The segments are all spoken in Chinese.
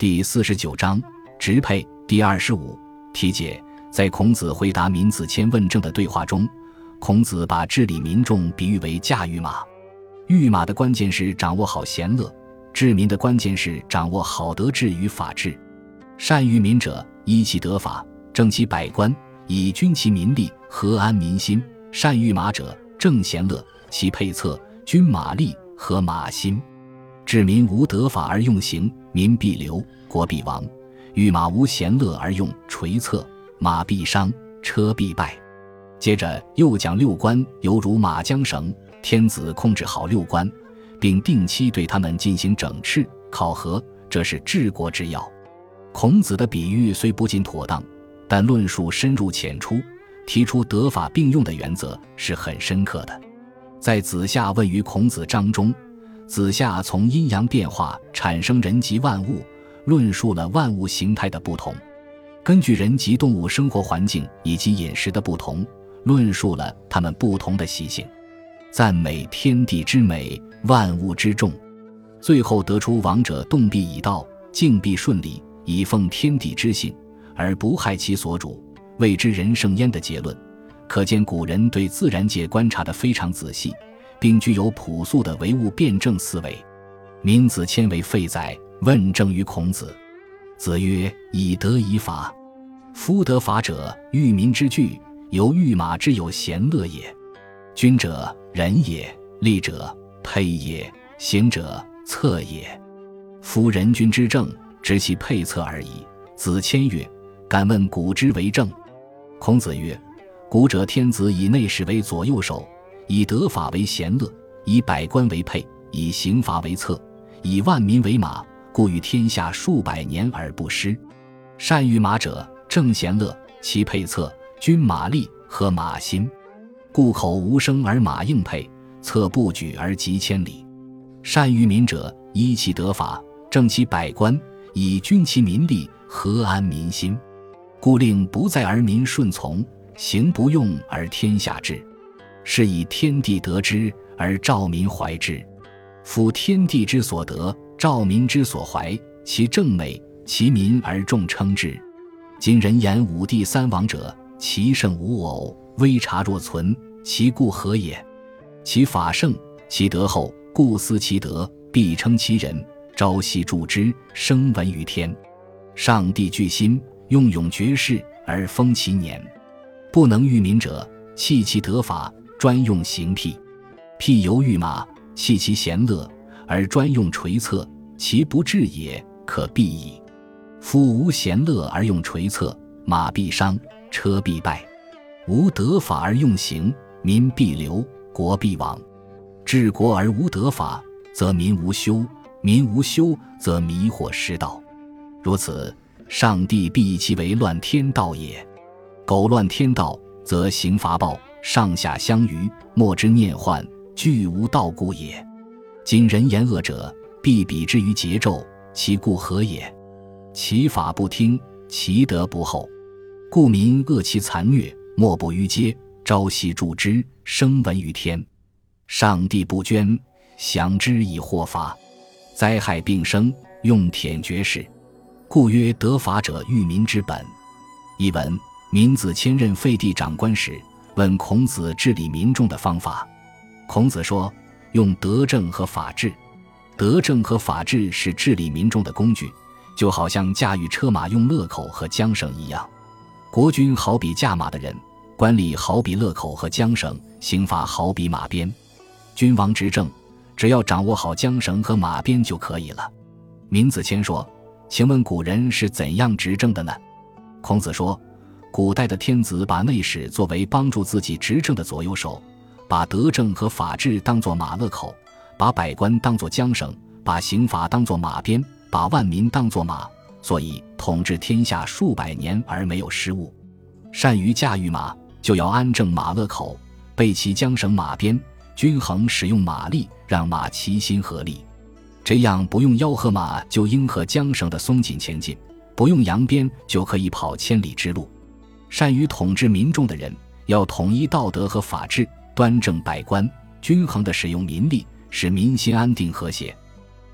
第49章直配第25题解。在孔子回答闵子骞问政的对话中，孔子把治理民众比喻为驾驭马。驭马的关键是掌握好贤乐，治民的关键是掌握好德治与法治。善于民者，依其德法，正其百官，以均其民力，和安民心。善驭马者，正贤乐，其配策，均马力，和马心。治民无德法而用刑，民必流，国必亡；驭马无贤乐而用垂策，马必伤，车必败。接着又讲六官犹如马缰绳，天子控制好六官，并定期对他们进行整饬考核，这是治国之要。孔子的比喻虽不尽妥当，但论述深入浅出，提出德法并用的原则是很深刻的。在子夏问于孔子章中，子夏从阴阳变化产生人及万物，论述了万物形态的不同，根据人及动物生活环境以及饮食的不同，论述了它们不同的习性，赞美天地之美，万物之众，最后得出王者动必以道，静必顺理，以奉天地之性，而不害其所主，谓之人圣焉的结论。可见古人对自然界观察得非常仔细，并具有朴素的唯物辩证思维。闵子骞为废宰，问政于孔子。子曰：以德以法。夫德法者，驭民之具，由驭马之有贤乐也。君者，仁也；利者，配也；贤者，策也。夫人君之政，知其配策而已。子骞曰：敢问古之为政？孔子曰：古者天子以内侍为左右手，以德法为贤乐，以百官为配，以刑罚为策，以万民为马，故与天下数百年而不失。善于马者，正贤乐，其配策，均马力，和马心。故口无声而马应配，策不举而疾千里。善于民者，依其德法，正其百官，以均其民力，和安民心。故令不在而民顺从，行不用而天下治。是以天地得之，而兆民怀之。夫天地之所得，兆民之所怀，其正美，其民而众称之。今人言五帝三王者，其圣无偶，微察若存，其故何也？其法圣，其德厚，故思其德，必称其人，朝夕助之，声闻于天。上帝具心，用勇绝世，而封其年。不能驭民者，弃其德法，专用刑辟。辟犹驭马，弃其贤乐，而专用垂策，其不治也，可避矣。夫无贤乐而用垂策，马必伤，车必败；无德法而用刑，民必流，国必亡。治国而无德法，则民无修；民无修，则迷惑失道。如此，上帝必以其为乱天道也。苟乱天道，则刑罚暴，上下相虞，莫之念患，俱无道故也。今人言恶者，必比之于桀纣，其故何也？其法不听，其德不厚，故民恶其残虐，莫不逾阶，朝夕助之，声闻于天。上帝不捐，降之以祸罚，灾害并生，用忝绝世。故曰德法者，驭民之本。译文：闵子骞任废帝长官时，问孔子治理民众的方法。孔子说，用德政和法治。德政和法治是治理民众的工具，就好像驾驭车马用勒口和缰绳一样。国君好比驾马的人，官吏好比勒口和缰绳，刑罚好比马鞭。君王执政，只要掌握好缰绳和马鞭就可以了。闵子骞说，请问古人是怎样执政的呢？孔子说，古代的天子把内史作为帮助自己执政的左右手，把德政和法治当作马勒口，把百官当作缰绳，把刑罚当作马鞭，把万民当作马，所以统治天下数百年而没有失误。善于驾驭马，就要安正马勒口，备其缰绳马鞭，均衡使用马力，让马齐心合力。这样不用吆喝马就应和缰绳的松紧前进，不用扬鞭就可以跑千里之路。善于统治民众的人，要统一道德和法治，端正百官，均衡地使用民力，使民心安定和谐。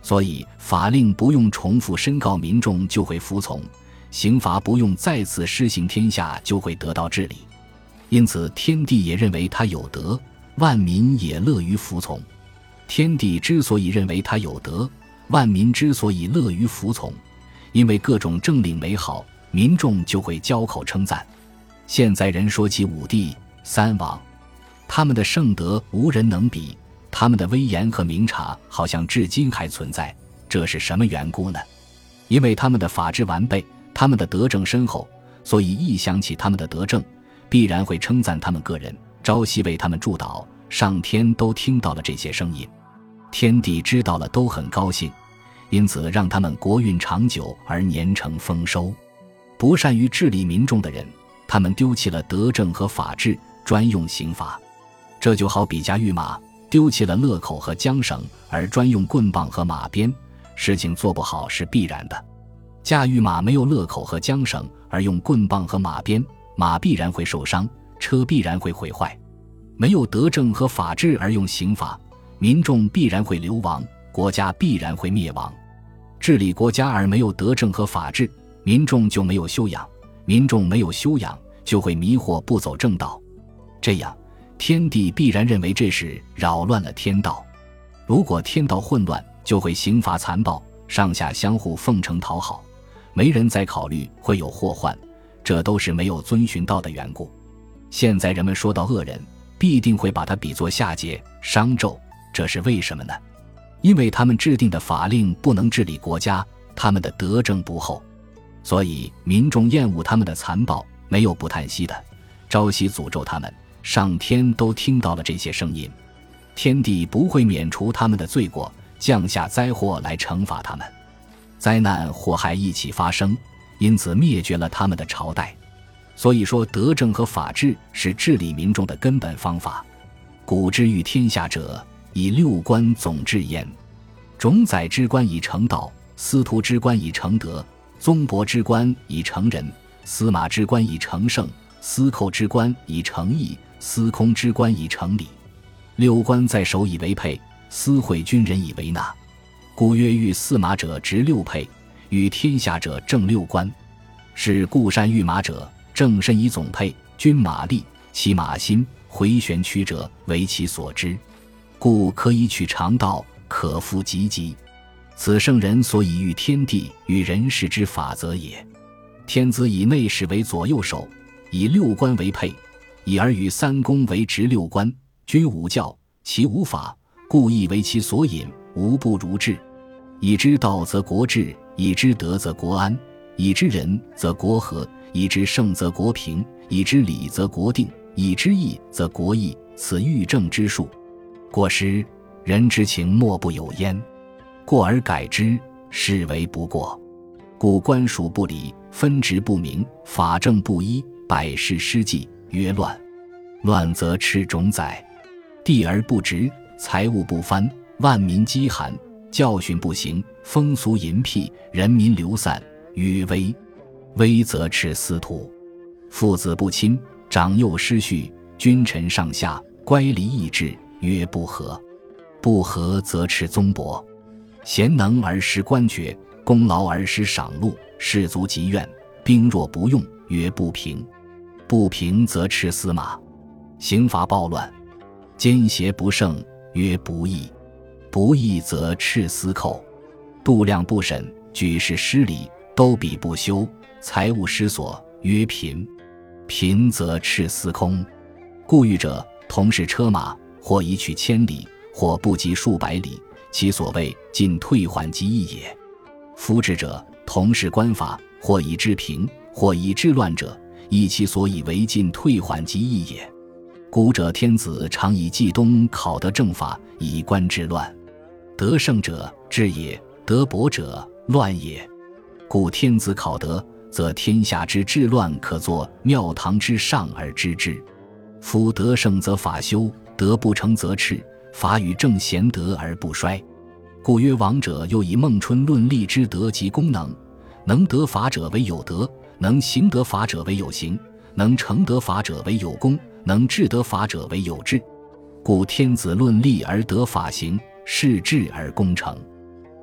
所以法令不用重复申告民众就会服从，刑罚不用再次施行天下就会得到治理。因此天帝也认为他有德，万民也乐于服从。天帝之所以认为他有德，万民之所以乐于服从，因为各种政令美好，民众就会交口称赞。现在人说起武帝、三王，他们的圣德无人能比，他们的威严和明察好像至今还存在，这是什么缘故呢？因为他们的法制完备，他们的德政深厚，所以一想起他们的德政，必然会称赞他们个人，朝夕为他们祝祷，上天都听到了这些声音，天帝知道了都很高兴，因此让他们国运长久而年成丰收。不善于治理民众的人，他们丢弃了德政和法治，专用刑罚。这就好比驾驭马，丢弃了勒口和缰绳，而专用棍棒和马鞭，事情做不好是必然的。驾驭马没有勒口和缰绳，而用棍棒和马鞭，马必然会受伤，车必然会毁坏。没有德政和法治而用刑罚，民众必然会流亡，国家必然会灭亡。治理国家而没有德政和法治，民众就没有修养，民众没有修养，就会迷惑不走正道。这样天帝必然认为这是扰乱了天道。如果天道混乱，就会刑罚残暴，上下相互奉承讨好，没人再考虑会有祸患，这都是没有遵循道的缘故。现在人们说到恶人，必定会把他比作夏桀、商纣，这是为什么呢？因为他们制定的法令不能治理国家，他们的德政不厚，所以民众厌恶他们的残暴，没有不叹息的，朝夕诅咒他们，上天都听到了这些声音，天帝不会免除他们的罪过，降下灾祸来惩罚他们。灾难祸害一起发生，因此灭绝了他们的朝代。所以说德政和法治是治理民众的根本方法。古之欲天下者，以六官总治焉。种宰之官以成道，司徒之官以成德，宗伯之官以成仁，司马之官以成圣，司寇之官以成义，司空之官以成礼。六官在手以为佩，司会军人以为纳。故曰欲驷马者执六佩，欲天下者正六官。是故善御马者，正身以总佩，均马力，其马心回旋曲者为其所知。故可以取长道，可复急急。此圣人所以御天地与人事之法则也。天子以内侍为左右手，以六官为佩，以而与三公为执六官，均无教，其无法，故亦为其所引，无不如治。以之道则国治，以之德则国安，以之仁则国和，以之圣则国平，以之礼则国定，以之义则国义，此御政之术。过失，人之情莫不有焉，过而改之，是为不过。故官属不理，分职不明，法政不一，百事失计，曰乱。乱则赤种宰，地而不直，财物不藩，万民饥寒，教训不行，风俗淫僻，人民流散，曰危。危则赤司徒，父子不亲，长幼失序，君臣上下，乖离异志，曰不和。不和则赤宗伯，贤能而失官爵，功劳而失赏禄，士卒疾怨，兵弱不用，曰不平。不平则赤司马，刑罚暴乱，奸邪不胜，曰不义。不义则赤司寇，度量不审，举事失礼，兜比不修，财物失所，曰贫。贫则赤司空。故欲者，同是车马，或以取千里，或不及数百里，其所谓进退缓急易也。夫智者，同是官法，或以治平，或以治乱者，亦其所以为进退缓急易也。古者天子常以季东考得政法，以官治乱。德胜者治也，德薄者乱也。故天子考德，则天下之治乱可作庙堂之上而知之。夫德胜则法修，德不成则赤，法与正贤德而不衰。故曰王者又以孟春论吏之德及功能，能得法者为有德，能行得法者为有行，能成得法者为有功，能治得法者为有治。故天子论吏而得法行，事治而功成。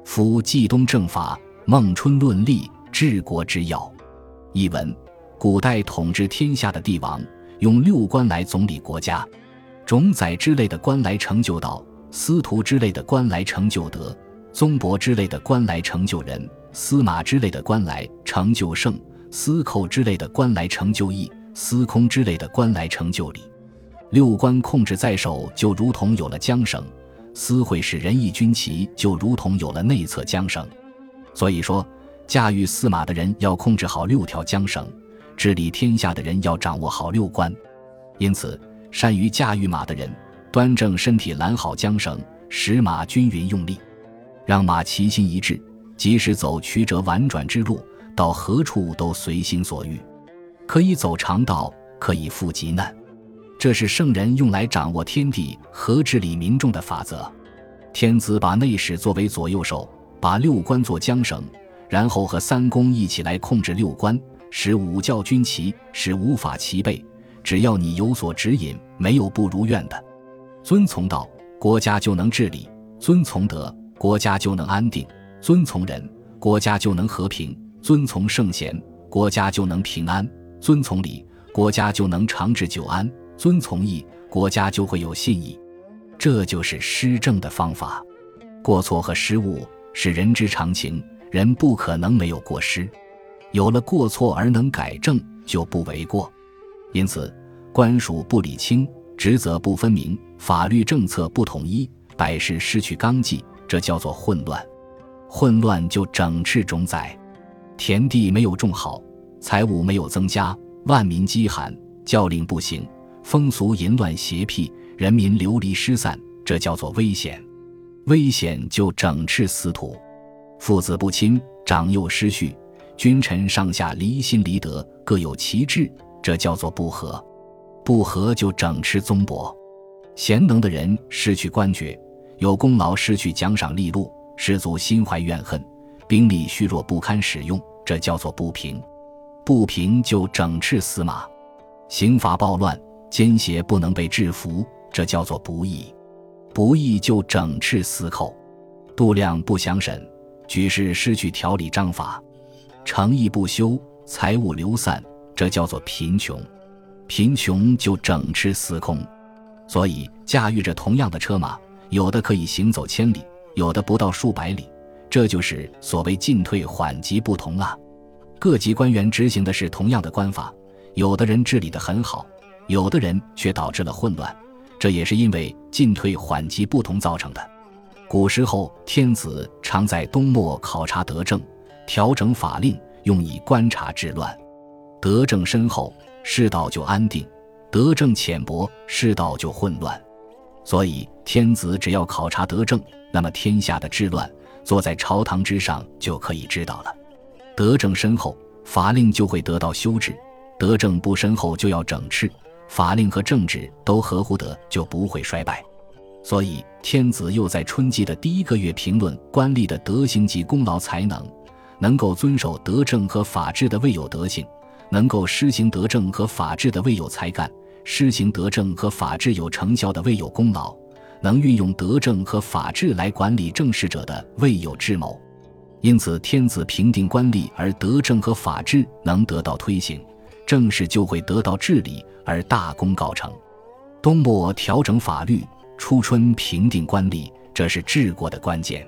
夫冀东正法，孟春论例，治国之要。译文：古代统治天下的帝王用6官来总理国家，种宰之类的官来成就道，司徒之类的官来成就德，宗伯之类的官来成就仁，司马之类的官来成就圣，司寇之类的官来成就义，司空之类的官来成就礼。6官控制在手，就如同有了缰绳；司会使仁义军旗，就如同有了内侧缰绳。所以说，驾驭司马的人要控制好6条缰绳，治理天下的人要掌握好6官。因此，善于驾驭马的人，端正身体，揽好缰绳，使马均匀用力，让马齐心一致，即使走曲折婉转之路，到何处都随心所欲，可以走长道，可以赴极难。这是圣人用来掌握天地和治理民众的法则。天子把内史作为左右手，把6官做缰绳，然后和3公一起来控制6官，使5教军旗，使5法齐备。只要你有所指引，没有不如愿的。遵从道，国家就能治理；遵从德，国家就能安定；遵从仁，国家就能和平；遵从圣贤，国家就能平安；遵从礼，国家就能长治久安；遵从义，国家就会有信义。这就是施政的方法。过错和失误是人之常情，人不可能没有过失。有了过错而能改正，就不为过。因此，官署不理清，职责不分明，法律政策不统一，百事失去纲纪，这叫做混乱。混乱就整饬种宰，田地没有种好，财物没有增加，万民饥寒，教令不行，风俗淫乱邪僻，人民流离失散，这叫做危险。危险就整饬司徒，父子不亲，长幼失序，君臣上下离心离德，各有其志，这叫做不和。不和就整饬宗伯，贤能的人失去官爵，有功劳失去奖赏利禄，士卒心怀怨恨，兵力虚弱不堪使用，这叫做不平。不平就整饬司马，刑罚暴乱，奸邪不能被制服，这叫做不义。不义就整饬司寇，度量不详审，举事失去条理章法，诚意不修，财物流散，这叫做贫穷。贫穷就整饬司空。所以驾驭着同样的车马，有的可以行走千里，有的不到数百里，这就是所谓进退缓急不同啊。各级官员执行的是同样的官法，有的人治理得很好，有的人却导致了混乱，这也是因为进退缓急不同造成的。古时候天子常在冬末考察德政，调整法令，用以观察治乱。德政深厚，世道就安定；德政浅薄，世道就混乱。所以天子只要考察德政，那么天下的治乱坐在朝堂之上就可以知道了。德政深厚，法令就会得到修治；德政不深厚，就要整饬。法令和政治都合乎德，就不会衰败。所以天子又在春季的第1个月评论官吏的德行及功劳才能，能够遵守德政和法治的未有德行，能够施行德政和法治的未有才干，施行德政和法治有成效的未有功劳，能运用德政和法治来管理政事者的未有智谋。因此天子评定官吏而德政和法治能得到推行，政事就会得到治理而大功告成。冬末调整法律，初春评定官吏，这是治国的关键。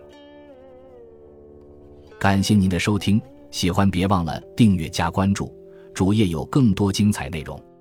感谢您的收听，喜欢别忘了订阅加关注，主页有更多精彩内容。